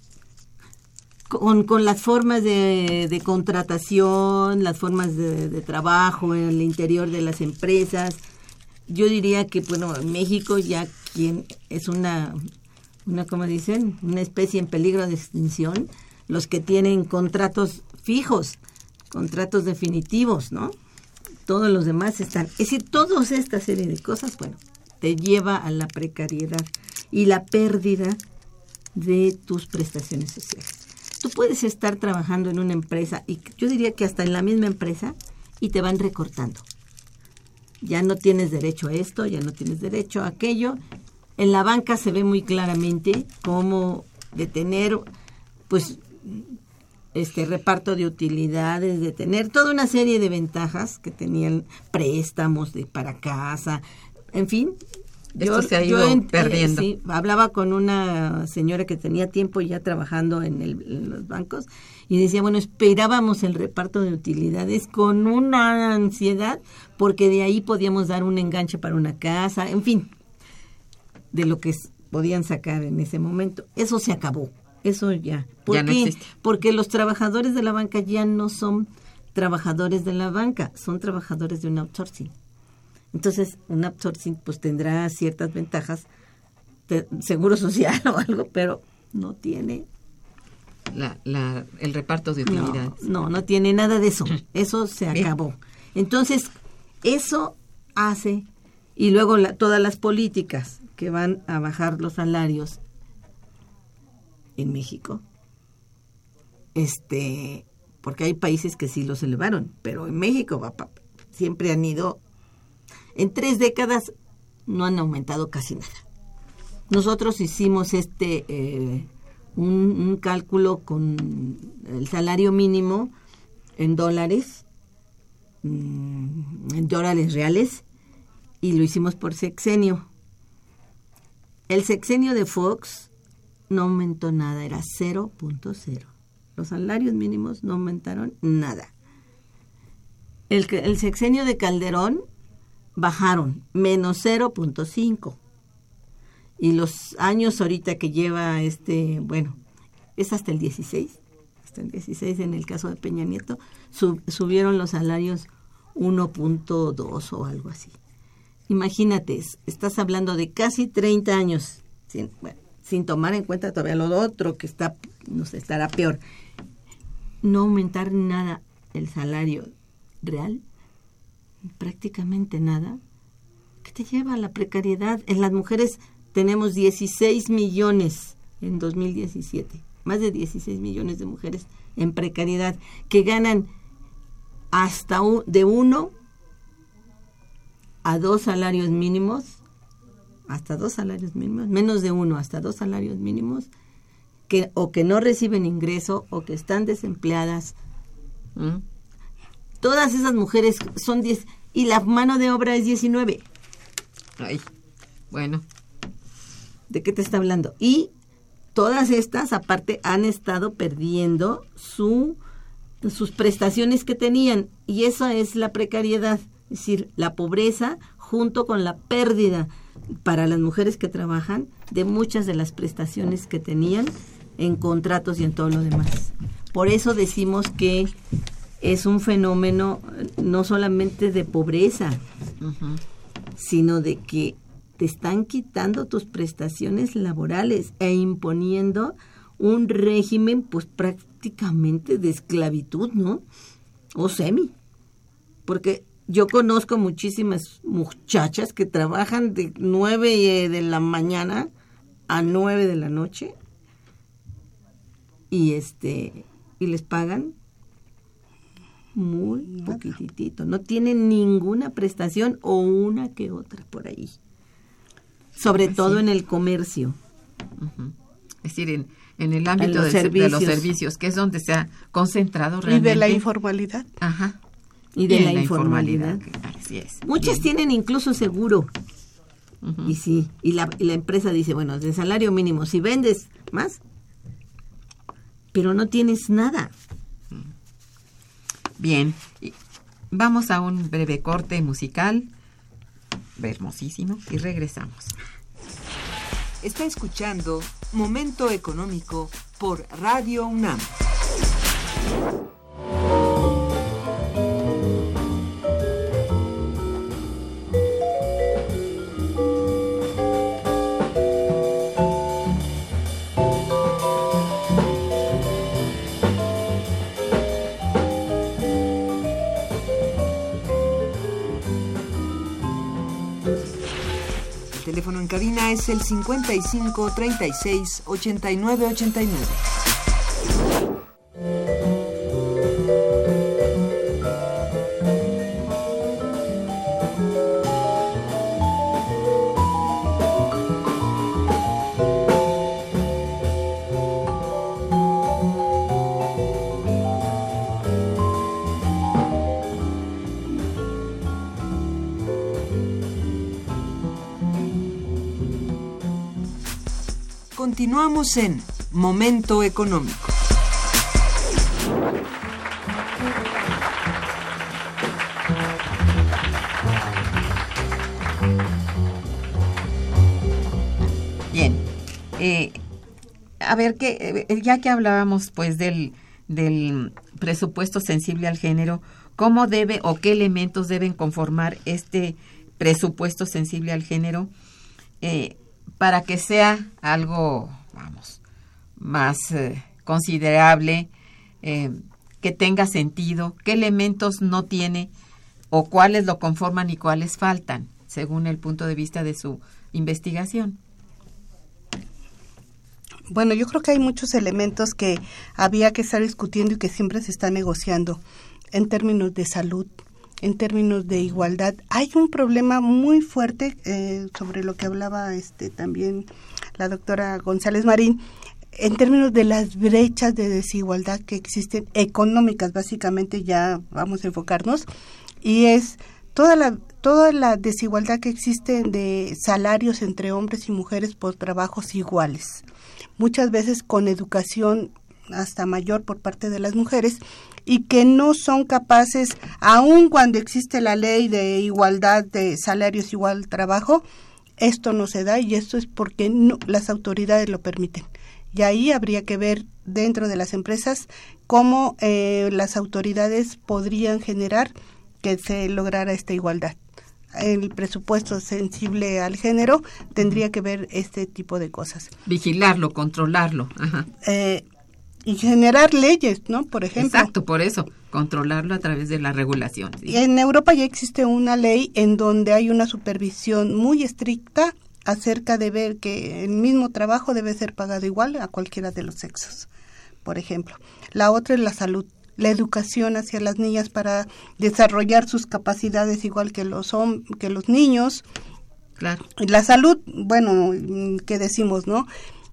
con las formas de contratación, las formas de trabajo en el interior de las empresas, yo diría que, bueno, en México ya quien es una como dicen, una especie en peligro de extinción, los que tienen contratos fijos, contratos definitivos, ¿no? Todos los demás están. Es decir, toda esta serie de cosas, bueno, te lleva a la precariedad y la pérdida de tus prestaciones sociales. Tú puedes estar trabajando en una empresa, y yo diría que hasta en la misma empresa, y te van recortando. Ya no tienes derecho a esto, ya no tienes derecho a aquello. En la banca se ve muy claramente cómo de tener, pues, reparto de utilidades, de tener toda una serie de ventajas que tenían, préstamos para casa, en fin. Esto se ha ido perdiendo. Sí, hablaba con una señora que tenía tiempo ya trabajando en los bancos y decía, bueno, esperábamos el reparto de utilidades con una ansiedad porque de ahí podíamos dar un enganche para una casa, en fin, de lo que podían sacar en ese momento. Eso se acabó, eso ya. ¿Por qué? No existe. Porque los trabajadores de la banca ya no son trabajadores de la banca, son trabajadores de un outsourcing. Entonces, un outsourcing pues tendrá ciertas ventajas, seguro social o algo, pero no tiene el reparto de utilidades. No tiene nada de eso. Eso se acabó. Entonces, eso hace, y luego todas las políticas que van a bajar los salarios en México, porque hay países que sí los elevaron, pero en México siempre han ido. En 3 décadas no han aumentado casi nada. Nosotros hicimos un cálculo con el salario mínimo en dólares reales, y lo hicimos por sexenio. El sexenio de Fox no aumentó nada, era 0.0. Los salarios mínimos no aumentaron nada. El sexenio de Calderón bajaron, menos 0.5. Y los años ahorita que lleva bueno, es hasta el 16. Hasta el 16 en el caso de Peña Nieto, subieron los salarios 1.2 o algo así. Imagínate, estás hablando de casi 30 años, sin tomar en cuenta todavía lo otro que estará peor. No aumentar nada el salario real, prácticamente nada, que te lleva a la precariedad. En las mujeres tenemos 16 millones en 2017, más de 16 millones de mujeres en precariedad, que ganan hasta de 1 a 2 salarios mínimos, hasta 2 salarios mínimos, menos de 1 hasta 2 salarios mínimos, que no reciben ingreso o que están desempleadas. Todas esas mujeres son 10 y la mano de obra es 19. Ay, bueno. ¿De qué te está hablando? Y todas estas, aparte, han estado perdiendo sus prestaciones que tenían, y esa es la precariedad, es decir, la pobreza junto con la pérdida para las mujeres que trabajan de muchas de las prestaciones que tenían en contratos y en todo lo demás. Por eso decimos que es un fenómeno no solamente de pobreza, sino de que te están quitando tus prestaciones laborales e imponiendo un régimen pues prácticamente de esclavitud, ¿no? O semi. Porque yo conozco muchísimas muchachas que trabajan de 9 de la mañana a 9 de la noche y les pagan muy poquitito. No tienen ninguna prestación o una que otra por ahí. Sobre todo en el comercio. Es decir, en el ámbito de los servicios, que es donde se ha concentrado realmente. Y de la informalidad. Ajá. Y de la informalidad. Así es. Muchas tienen incluso seguro. Y sí, y la empresa dice, bueno, de salario mínimo, si vendes más, pero no tienes nada. Bien, vamos a un breve corte musical, hermosísimo, y regresamos. Está escuchando Momento Económico por Radio UNAM. El teléfono en cabina es el 55 36 89 89. Continuamos en Momento Económico. Bien, a ver, ya que hablábamos pues del presupuesto sensible al género, ¿cómo debe o qué elementos deben conformar este presupuesto sensible al género para que sea algo, más considerable, que tenga sentido? ¿Qué elementos no tiene o cuáles lo conforman y cuáles faltan, según el punto de vista de su investigación? Bueno, yo creo que hay muchos elementos que había que estar discutiendo y que siempre se está negociando en términos de salud, en términos de igualdad. Hay un problema muy fuerte sobre lo que hablaba también la doctora González Marín, en términos de las brechas de desigualdad que existen económicas, básicamente ya vamos a enfocarnos, y es toda la desigualdad que existe de salarios entre hombres y mujeres por trabajos iguales, muchas veces con educación hasta mayor por parte de las mujeres, y que no son capaces, aun cuando existe la ley de igualdad de salarios igual trabajo, esto no se da, y esto es porque no, las autoridades lo permiten. Y ahí habría que ver dentro de las empresas cómo las autoridades podrían generar que se lograra esta igualdad. El presupuesto sensible al género tendría que ver este tipo de cosas. Vigilarlo, controlarlo. Ajá. Y generar leyes, ¿no? Por ejemplo. Exacto, por eso, controlarlo a través de la regulación. ¿Sí? En Europa ya existe una ley en donde hay una supervisión muy estricta acerca de ver que el mismo trabajo debe ser pagado igual a cualquiera de los sexos, por ejemplo. La otra es la salud, la educación hacia las niñas para desarrollar sus capacidades igual que los niños. Claro. La salud, bueno, ¿qué decimos, no?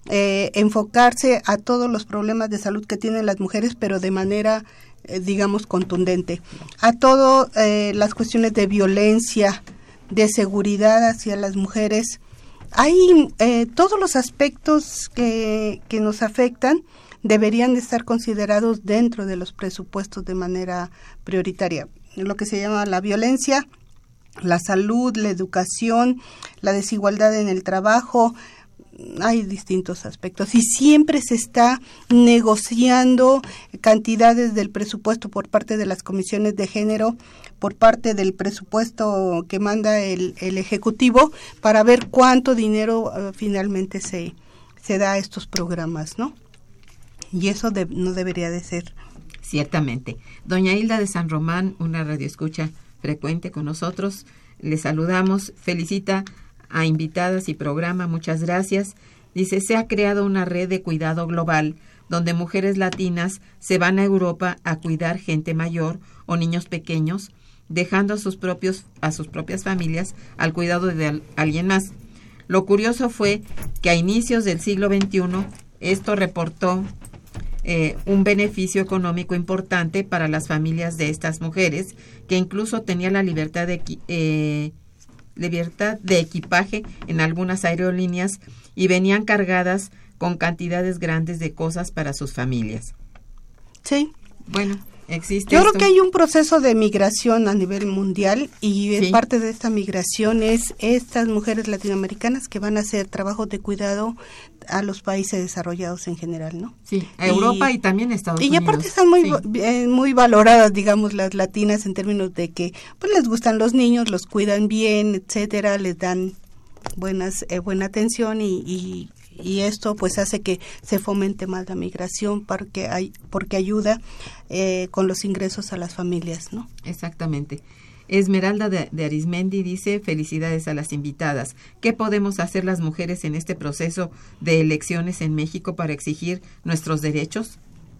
Enfocarse a todos los problemas de salud que tienen las mujeres, pero de manera, digamos, contundente. A todas las cuestiones de violencia, de seguridad hacia las mujeres. Hay todos los aspectos que nos afectan deberían de estar considerados dentro de los presupuestos de manera prioritaria. Lo que se llama la violencia, la salud, la educación, la desigualdad en el trabajo. Hay distintos aspectos y siempre se está negociando cantidades del presupuesto por parte de las comisiones de género, por parte del presupuesto que manda el Ejecutivo, para ver cuánto dinero finalmente se da a estos programas, ¿no? Y eso no debería de ser. Ciertamente. Doña Hilda de San Román, una radioescucha frecuente con nosotros, le saludamos, felicita a invitadas y programa, muchas gracias. Dice, se ha creado una red de cuidado global donde mujeres latinas se van a Europa a cuidar gente mayor o niños pequeños, dejando a sus propias familias al cuidado de alguien más. Lo curioso fue que a inicios del siglo XXI esto reportó un beneficio económico importante para las familias de estas mujeres, que incluso tenían la libertad de equipaje en algunas aerolíneas y venían cargadas con cantidades grandes de cosas para sus familias. Sí. Bueno. existe. Yo creo que hay un proceso de migración a nivel mundial y Sí. parte de esta migración es estas mujeres latinoamericanas que van a hacer trabajos de cuidado a los países desarrollados en general, ¿no? Sí, a Europa y también a Estados Unidos. Y aparte están muy Sí. muy valoradas, digamos, las latinas en términos de que pues les gustan los niños, los cuidan bien, etcétera, les dan buena atención y esto pues hace que se fomente más la migración porque ayuda con los ingresos a las familias, ¿no? Exactamente. Esmeralda de Arismendi dice, felicidades a las invitadas. ¿Qué podemos hacer las mujeres en este proceso de elecciones en México para exigir nuestros derechos?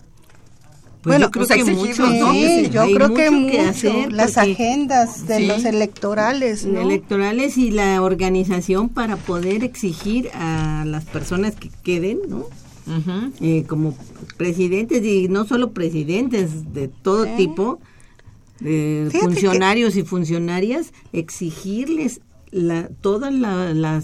Pues Bueno, yo creo pues que exigirlos, mucho, ¿no? Sí, yo hay creo que mucho mucho, hacer las porque agendas de Sí. los electorales, ¿no? electorales y la organización para poder exigir a las personas que queden, ¿no? Ujú. Como presidentes y no solo presidentes de todo tipo, Fíjate funcionarios y funcionarias, exigirles toda la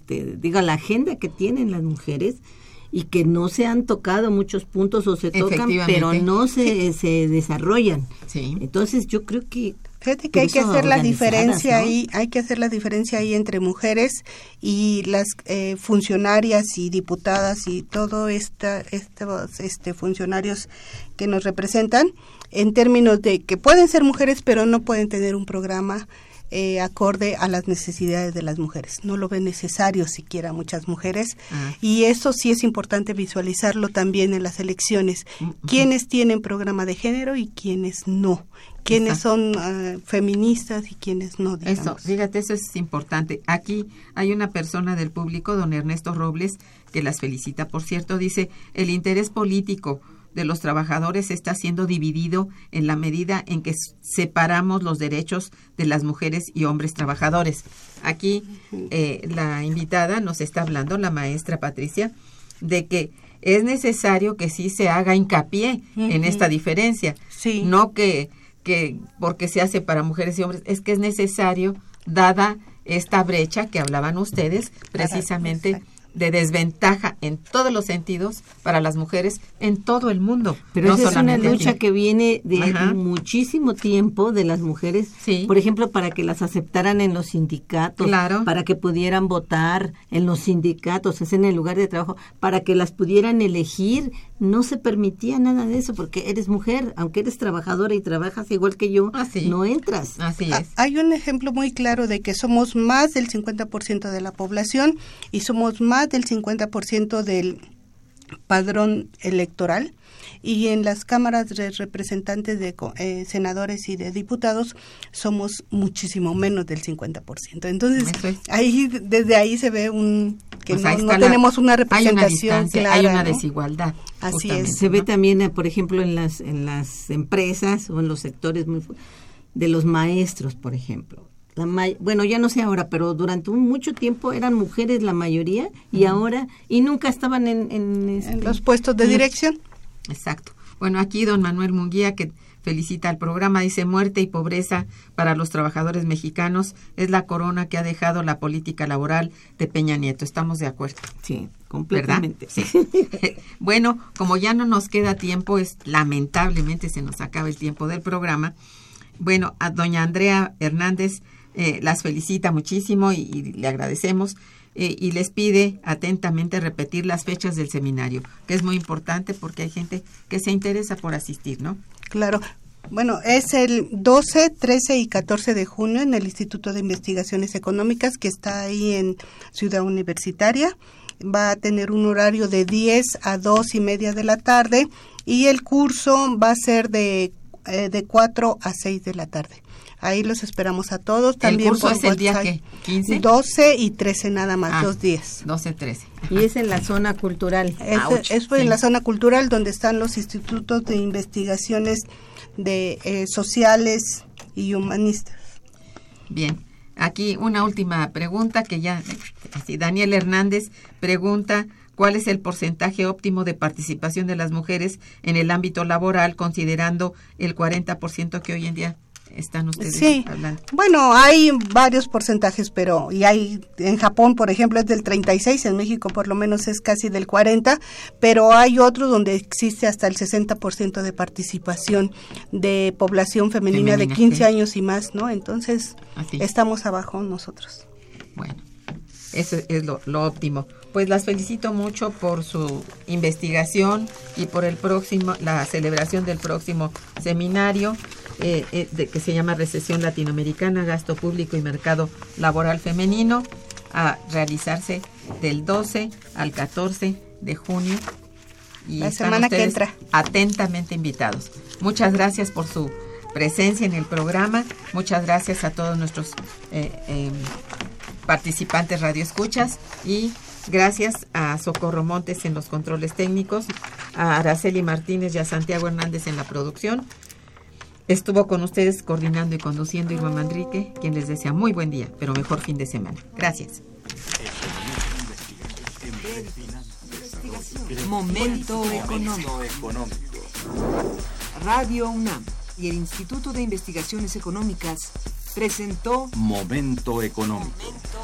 agenda que tienen las mujeres y que no se han tocado muchos puntos o se tocan, pero no se desarrollan. Sí. Entonces yo creo que Fíjate que hay que incluso hacer la organizadas, diferencia ¿no? ahí, hay que hacer la diferencia ahí entre mujeres y las funcionarias y diputadas y todo estos funcionarios que nos representan, en términos de que pueden ser mujeres pero no pueden tener un programa acorde a las necesidades de las mujeres. No lo ven necesario siquiera muchas mujeres y eso sí es importante visualizarlo también en las elecciones. ¿Quiénes tienen programa de género y quiénes no? ¿Quiénes son feministas y quiénes no? Digamos. Eso, fíjate, eso es importante. Aquí hay una persona del público, don Ernesto Robles, que las felicita, por cierto, dice, el interés político de los trabajadores está siendo dividido en la medida en que separamos los derechos de las mujeres y hombres trabajadores. Aquí la invitada nos está hablando, la maestra Patricia, de que es necesario que sí se haga hincapié en esta diferencia, Sí. no que porque se hace para mujeres y hombres, es que es necesario, dada esta brecha que hablaban ustedes, precisamente Exacto. de desventaja en todos los sentidos para las mujeres en todo el mundo. Pero no esa es una solamente lucha aquí. que viene de Ajá. muchísimo tiempo de las mujeres, Sí. por ejemplo, para que las aceptaran en los sindicatos, Claro. para que pudieran votar en los sindicatos, es en el lugar de trabajo, para que las pudieran elegir. No se permitía nada de eso porque eres mujer, aunque eres trabajadora y trabajas igual que yo, Así. no entras. Así es. Hay un ejemplo muy claro de que somos más del 50% de la población y somos más del 50% del padrón electoral y en las cámaras de representantes de senadores y de diputados somos muchísimo menos del 50%. Entonces, Eso es. ahí desde ahí se ve que Pues ahí no está tenemos una hay una representación distancia, clara. hay una ¿no? desigualdad. Así justamente, es. Se ve ¿no? también, por ejemplo, en las empresas o en los sectores de los maestros, por ejemplo. Bueno, ya no sé ahora, pero durante mucho tiempo eran mujeres la mayoría y ahora, y nunca estaban en los puestos de dirección. Exacto. Bueno, aquí don Manuel Munguía, que felicita al programa, dice, muerte y pobreza para los trabajadores mexicanos es la corona que ha dejado la política laboral de Peña Nieto. Estamos de acuerdo. Sí, ¿Verdad? completamente. Sí. Bueno, como ya no nos queda tiempo, lamentablemente se nos acaba el tiempo del programa. Bueno, a doña Andrea Hernández las felicita muchísimo y le agradecemos y les pide atentamente repetir las fechas del seminario, que es muy importante porque hay gente que se interesa por asistir, ¿no? Claro. Bueno, es el 12, 13 y 14 de junio en el Instituto de Investigaciones Económicas, que está ahí en Ciudad Universitaria. Va a tener un horario de 10 a 2:30 de la tarde y el curso va a ser de 4 a 6 de la tarde. Ahí los esperamos a todos. También ¿El curso por es el día WhatsApp. qué? ¿15? 12 y 13 nada más, 2 días. 12, 13. Y es en la zona cultural. Es en la zona cultural donde están los institutos de investigaciones de sociales y humanistas. Bien, aquí una última pregunta que ya, Daniel Hernández pregunta, ¿cuál es el porcentaje óptimo de participación de las mujeres en el ámbito laboral considerando el 40% que hoy en día están ustedes Sí, hablando? Bueno, hay varios porcentajes, pero y hay en Japón, por ejemplo, es del 36, en México por lo menos es casi del 40, pero hay otros donde existe hasta el 60% de participación de población femenina de 15 sí. años y más, ¿no? Entonces, Así. estamos abajo nosotros. Bueno, eso es lo óptimo. Pues las felicito mucho por su investigación y por la celebración del próximo seminario que se llama Recesión Latinoamericana, Gasto Público y Mercado Laboral Femenino, a realizarse del 12 al 14 de junio. Y la están semana que ustedes entra. Atentamente invitados. Muchas gracias por su presencia en el programa. Muchas gracias a todos nuestros participantes radioescuchas y gracias a Socorro Montes en los controles técnicos, a Araceli Martínez y a Santiago Hernández en la producción. Estuvo con ustedes coordinando y conduciendo Irma Manrique, quien les desea muy buen día, pero mejor fin de semana. Gracias. Momento económico. Radio UNAM y el Instituto de Investigaciones Económicas presentó Momento económico.